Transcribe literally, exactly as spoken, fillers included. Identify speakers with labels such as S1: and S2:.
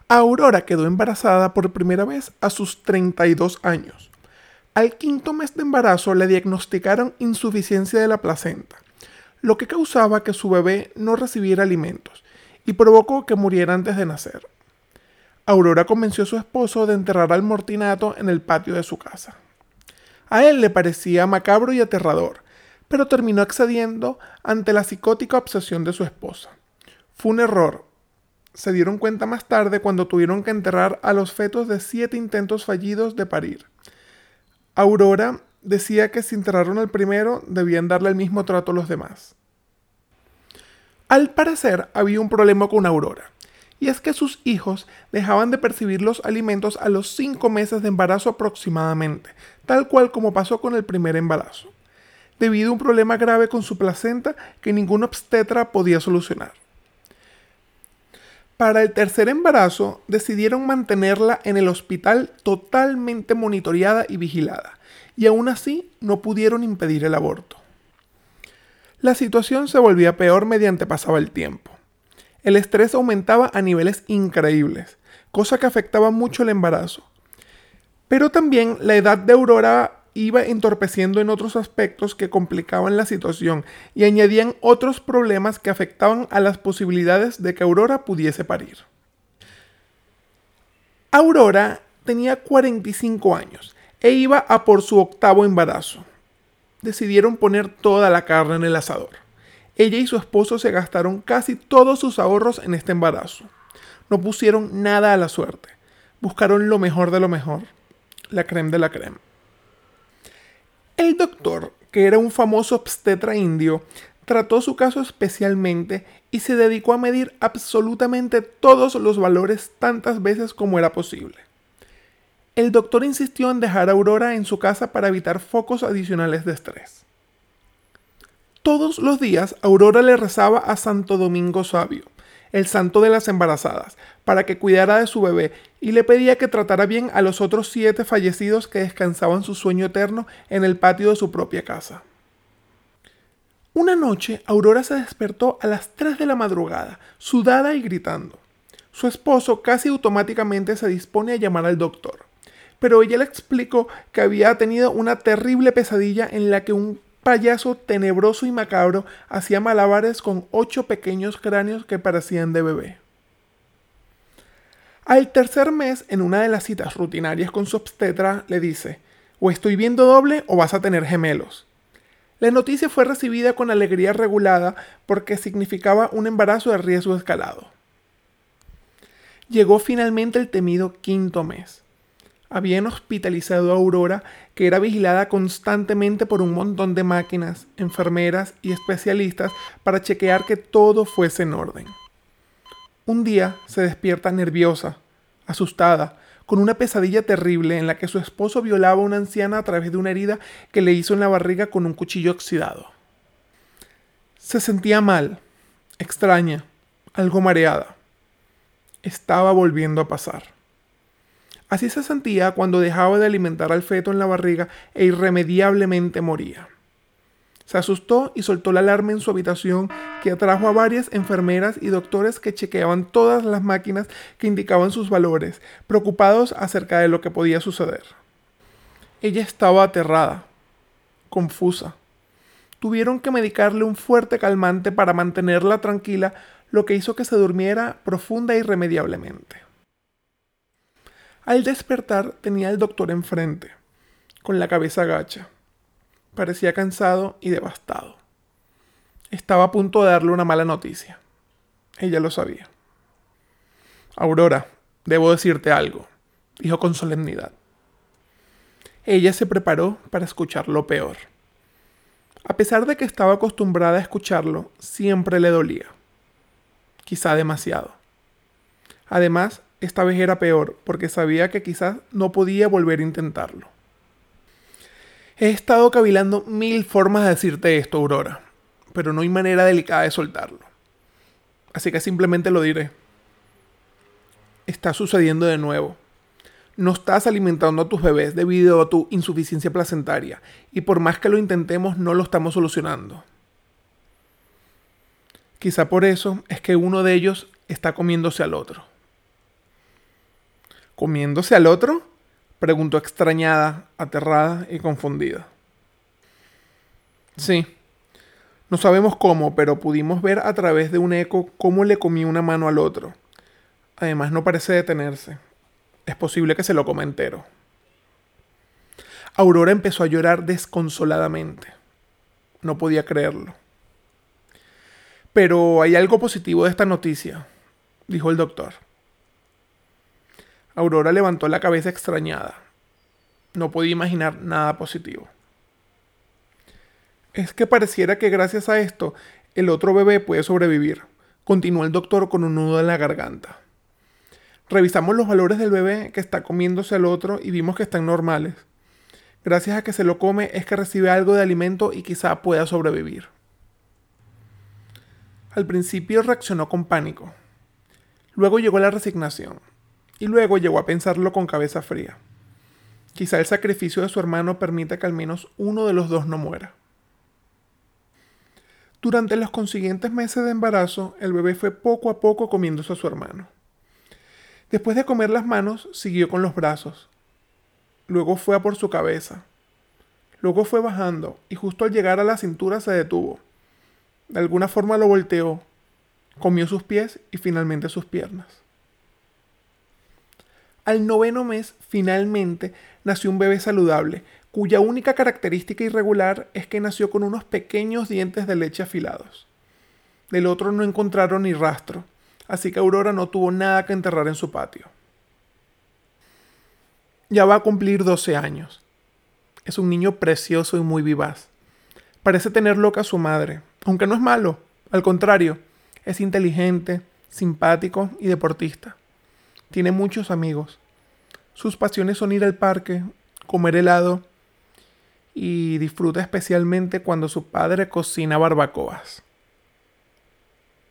S1: Aurora quedó embarazada por primera vez a sus treinta y dos años. Al quinto mes de embarazo le diagnosticaron insuficiencia de la placenta, lo que causaba que su bebé no recibiera alimentos y provocó que muriera antes de nacer. Aurora convenció a su esposo de enterrar al mortinato en el patio de su casa. A él le parecía macabro y aterrador, pero terminó accediendo ante la psicótica obsesión de su esposa. Fue un error. Se dieron cuenta más tarde cuando tuvieron que enterrar a los fetos de siete intentos fallidos de parir. Aurora decía que si enterraron al primero, debían darle el mismo trato a los demás. Al parecer, había un problema con Aurora, y es que sus hijos dejaban de percibir los alimentos a los cinco meses de embarazo aproximadamente, tal cual como pasó con el primer embarazo, debido a un problema grave con su placenta que ningún obstetra podía solucionar. Para el tercer embarazo, decidieron mantenerla en el hospital totalmente monitoreada y vigilada, y aún así no pudieron impedir el aborto. La situación se volvía peor mediante pasaba el tiempo. El estrés aumentaba a niveles increíbles, cosa que afectaba mucho el embarazo. Pero también la edad de Aurora iba entorpeciendo en otros aspectos que complicaban la situación y añadían otros problemas que afectaban a las posibilidades de que Aurora pudiese parir. Aurora tenía cuarenta y cinco años e iba a por su octavo embarazo. Decidieron poner toda la carne en el asador. Ella y su esposo se gastaron casi todos sus ahorros en este embarazo. No pusieron nada a la suerte. Buscaron lo mejor de lo mejor. La crème de la crème. El doctor, que era un famoso obstetra indio, trató su caso especialmente y se dedicó a medir absolutamente todos los valores tantas veces como era posible. El doctor insistió en dejar a Aurora en su casa para evitar focos adicionales de estrés. Todos los días Aurora le rezaba a Santo Domingo Sabio, el santo de las embarazadas, para que cuidara de su bebé y le pedía que tratara bien a los otros siete fallecidos que descansaban su sueño eterno en el patio de su propia casa. Una noche, Aurora se despertó a las tres de la madrugada, sudada y gritando. Su esposo casi automáticamente se dispone a llamar al doctor, pero ella le explicó que había tenido una terrible pesadilla en la que un payaso tenebroso y macabro hacía malabares con ocho pequeños cráneos que parecían de bebé. Al tercer mes, en una de las citas rutinarias con su obstetra, le dice: o estoy viendo doble o vas a tener gemelos. La noticia fue recibida con alegría regulada porque significaba un embarazo de riesgo escalado. Llegó finalmente el temido quinto mes. Habían hospitalizado a Aurora, que era vigilada constantemente por un montón de máquinas, enfermeras y especialistas para chequear que todo fuese en orden. Un día se despierta nerviosa, asustada, con una pesadilla terrible en la que su esposo violaba a una anciana a través de una herida que le hizo en la barriga con un cuchillo oxidado. Se sentía mal, extraña, algo mareada. Estaba volviendo a pasar. Así se sentía cuando dejaba de alimentar al feto en la barriga e irremediablemente moría. Se asustó y soltó la alarma en su habitación, que atrajo a varias enfermeras y doctores que chequeaban todas las máquinas que indicaban sus valores, preocupados acerca de lo que podía suceder. Ella estaba aterrada, confusa. Tuvieron que medicarle un fuerte calmante para mantenerla tranquila, lo que hizo que se durmiera profunda e irremediablemente. Al despertar tenía al doctor enfrente, con la cabeza gacha. Parecía cansado y devastado. Estaba a punto de darle una mala noticia. Ella lo sabía. Aurora, debo decirte algo, dijo con solemnidad. Ella se preparó para escuchar lo peor. A pesar de que estaba acostumbrada a escucharlo, siempre le dolía. Quizá demasiado. Además, esta vez era peor, porque sabía que quizás no podía volver a intentarlo. He estado cavilando mil formas de decirte esto, Aurora, pero no hay manera delicada de soltarlo. Así que simplemente lo diré. Está sucediendo de nuevo. No estás alimentando a tus bebés debido a tu insuficiencia placentaria, y por más que lo intentemos, no lo estamos solucionando. Quizá por eso es que uno de ellos está comiéndose al otro. ¿Comiéndose al otro?, preguntó extrañada, aterrada y confundida. Sí. No sabemos cómo, pero pudimos ver a través de un eco cómo le comía una mano al otro. Además, no parece detenerse. Es posible que se lo coma entero. Aurora empezó a llorar desconsoladamente. No podía creerlo. Pero hay algo positivo de esta noticia, dijo el doctor. Aurora levantó la cabeza extrañada. No podía imaginar nada positivo. Es que pareciera que gracias a esto, el otro bebé puede sobrevivir, continuó el doctor con un nudo en la garganta. Revisamos los valores del bebé que está comiéndose al otro y vimos que están normales. Gracias a que se lo come es que recibe algo de alimento y quizá pueda sobrevivir. Al principio reaccionó con pánico. Luego llegó la resignación. Y luego llegó a pensarlo con cabeza fría. Quizá el sacrificio de su hermano permita que al menos uno de los dos no muera. Durante los consiguientes meses de embarazo, el bebé fue poco a poco comiéndose a su hermano. Después de comer las manos, siguió con los brazos. Luego fue a por su cabeza. Luego fue bajando y justo al llegar a la cintura se detuvo. De alguna forma lo volteó, comió sus pies y finalmente sus piernas. Al noveno mes, finalmente, nació un bebé saludable, cuya única característica irregular es que nació con unos pequeños dientes de leche afilados. Del otro no encontraron ni rastro, así que Aurora no tuvo nada que enterrar en su patio. Ya va a cumplir doce años. Es un niño precioso y muy vivaz. Parece tener loca a su madre, aunque no es malo, al contrario, es inteligente, simpático y deportista. Tiene muchos amigos. Sus pasiones son ir al parque, comer helado y disfruta especialmente cuando su padre cocina barbacoas.